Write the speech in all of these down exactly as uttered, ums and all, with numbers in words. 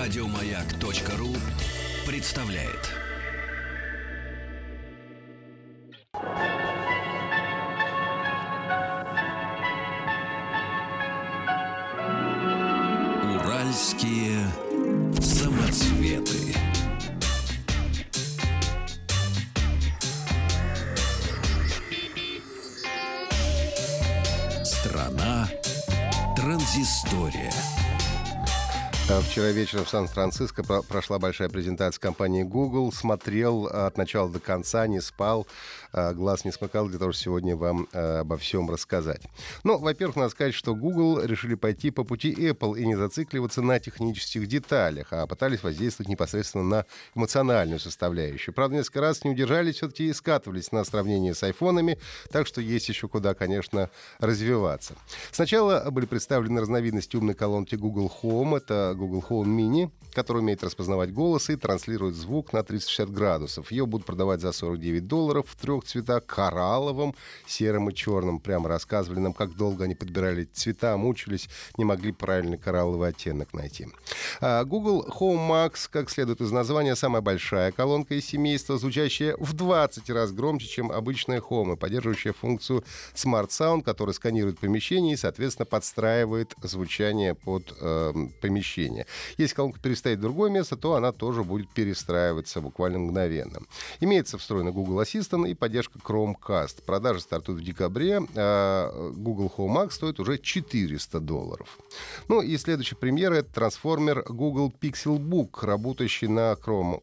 Радиомаяк.ру представляет. Уральские самоцветы. Страна транзистория. Вчера вечером в Сан-Франциско прошла большая презентация компании Google. Смотрел от начала до конца, не спал, глаз не смыкал для того, чтобы сегодня вам обо всем рассказать. Ну, во-первых, надо сказать, что Google решили пойти по пути Apple и не зацикливаться на технических деталях, а пытались воздействовать непосредственно на эмоциональную составляющую. Правда, несколько раз не удержались, все-таки и скатывались на сравнение с айфонами, так что есть еще куда, конечно, развиваться. Сначала были представлены разновидности умной колонки Google Home. Это Google Home Mini, который умеет распознавать голос и транслирует звук на триста шестьдесят градусов. Ее будут продавать за сорок девять долларов в трех цветах: коралловым, серым и черным. Прямо рассказывали нам, как долго они подбирали цвета, мучились, не могли правильный коралловый оттенок найти. А Google Home Max, как следует из названия, самая большая колонка из семейства, звучащая в двадцать раз громче, чем обычная Home, и поддерживающая функцию Smart Sound, который сканирует помещение и, соответственно, подстраивает звучание под э, помещение. Если колонка перестоит в другое место, то она тоже будет перестраиваться буквально мгновенно. Имеется встроенный Google Assistant и поддержка Chromecast. Продажи стартуют в декабре, а Google Home Max стоит уже четыреста долларов. Ну и следующая премьера — это трансформер Google Pixelbook, работающий на Chrome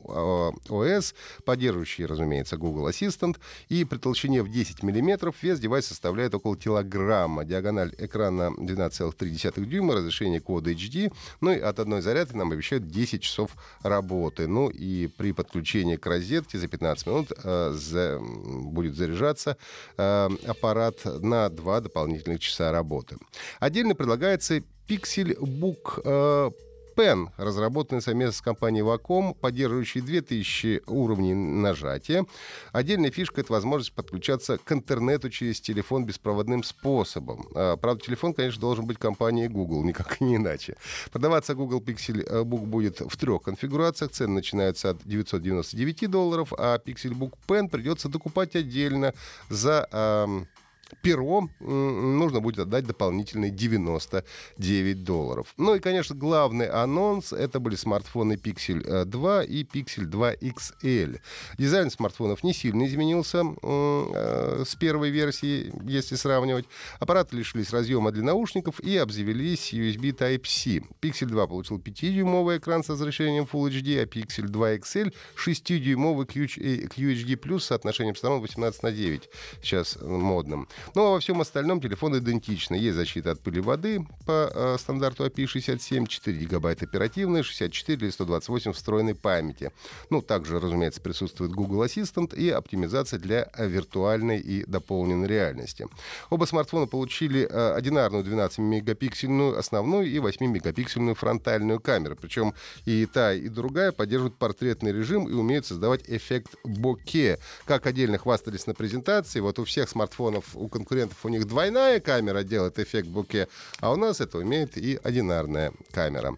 о эс, поддерживающий, разумеется, Google Assistant. И при толщине в десять миллиметров вес девайса составляет около килограмма. Диагональ экрана двенадцать целых три десятых дюйма, разрешение Quad эйч ди. Ну и от одной зарядки нам обещают десять часов работы. Ну и при подключении к розетке за пятнадцать минут э, за, будет заряжаться э, аппарат на два дополнительных часа работы. Отдельно предлагается Pixelbook э, Pen, разработанный совместно с компанией Wacom, поддерживающий две тысячи уровней нажатия. Отдельная фишка — это возможность подключаться к интернету через телефон беспроводным способом. Правда, телефон, конечно, должен быть компанией Google, никак не иначе. Продаваться Google Pixelbook будет в трех конфигурациях. Цены начинаются от девятьсот девяносто девять долларов, а Pixelbook Pen придется докупать отдельно за... Э, перо нужно будет отдать дополнительные девяносто девять долларов. Ну и, конечно, главный анонс — это были смартфоны Pixel два и Pixel два икс эль. Дизайн смартфонов не сильно изменился э, с первой версии, если сравнивать. Аппараты лишились разъема для наушников и обзавелись ю эс би Type-C. Pixel два получил пятидюймовый экран с разрешением Full эйч ди, а Pixel два икс эль шестидюймовый кью эйч ди плюс с соотношением сторон восемнадцать на девять. Сейчас модным. Ну, а во всем остальном телефон идентичный. Есть защита от пыли воды по э, стандарту эй пи ай шестьдесят семь, четыре гигабайта оперативной, шестьдесят четыре или сто двадцать восемь встроенной памяти. Ну, также, разумеется, присутствует Google Assistant и оптимизация для э, виртуальной и дополненной реальности. Оба смартфона получили э, одинарную двенадцатимегапиксельную основную и восьмимегапиксельную фронтальную камеру. Причем и та, и другая поддерживают портретный режим и умеют создавать эффект боке. Как отдельно хвастались на презентации, вот у всех смартфонов, у конкурентов, у них двойная камера делает эффект боке, а у нас это умеет и одинарная камера.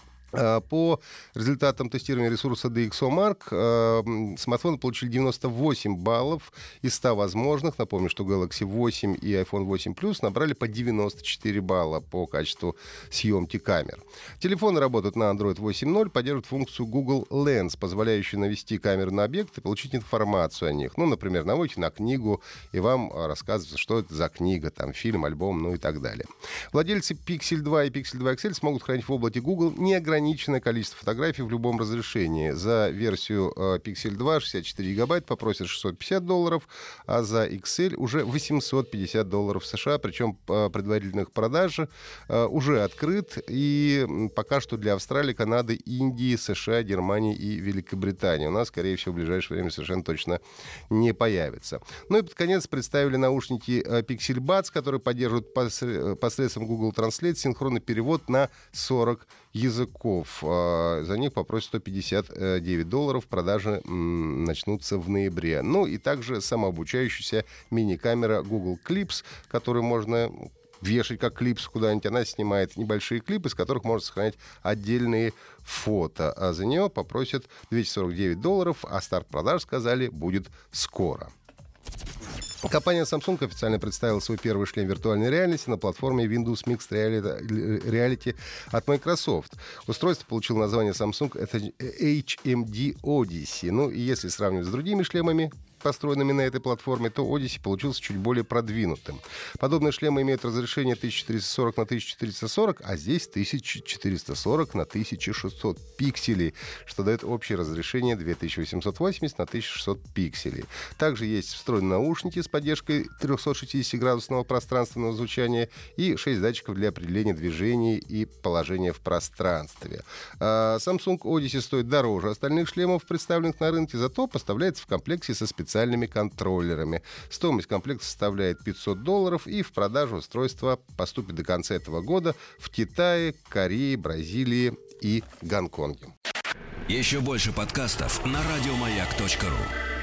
По результатам тестирования ресурса ди икс о Mark э, смартфоны получили девяносто восемь баллов из ста возможных. Напомню, что Galaxy восемь и iPhone восемь плюс набрали по девяносто четыре балла по качеству съемки камер. Телефоны работают на Android восемь ноль, поддерживают функцию Google Lens, позволяющую навести камеру на объект и получить информацию о них. Ну, например, наводите на книгу, и вам рассказывается, что это за книга, там, фильм, альбом, ну и так далее. Владельцы Pixel два и Pixel два икс эль смогут хранить в облаке Google неограниченное ограниченное количество фотографий в любом разрешении. За версию э, Pixel два шестьдесят четыре гигабайта попросят шестьсот пятьдесят долларов, а за икс эль уже восемьсот пятьдесят долларов США. Причем э, предварительных продаж э, уже открыт. И пока что для Австралии, Канады, Индии, США, Германии и Великобритании. У нас, скорее всего, в ближайшее время совершенно точно не появится. Ну и под конец представили наушники э, Pixel Buds, которые поддерживают посред... посредством Google Translate синхронный перевод на сорок языков. За них попросят сто пятьдесят девять долларов. Продажи начнутся в ноябре. Ну и также самообучающаяся мини-камера Google Clips, которую можно вешать как клипс куда-нибудь. Она снимает небольшие клипы, из которых можно сохранять отдельные фото. А за нее попросят двести сорок девять долларов, а старт продаж, сказали, будет скоро. Компания Samsung официально представила свой первый шлем виртуальной реальности на платформе Windows Mixed Reality от Microsoft. Устройство получило название Samsung, это эйч эм ди Odyssey. Ну и если сравнивать с другими шлемами, построенными на этой платформе, то Odyssey получился чуть более продвинутым. Подобные шлемы имеют разрешение тысяча четыреста сорок на тысяча четыреста сорок, а здесь тысяча четыреста сорок на тысяча шестьсот пикселей, что дает общее разрешение две тысячи восемьсот восемьдесят на тысяча шестьсот пикселей. Также есть встроенные наушники с поддержкой трехсотшестидесятиградусного пространственного звучания и шесть датчиков для определения движений и положения в пространстве. А Samsung Odyssey стоит дороже остальных шлемов, представленных на рынке, зато поставляется в комплекте со специальными специальными контроллерами. Стоимость комплекта составляет пятьсот долларов, и в продажу устройство поступит до конца этого года в Китае, Корее, Бразилии и Гонконге. Еще больше подкастов на радиомаяк точка ру.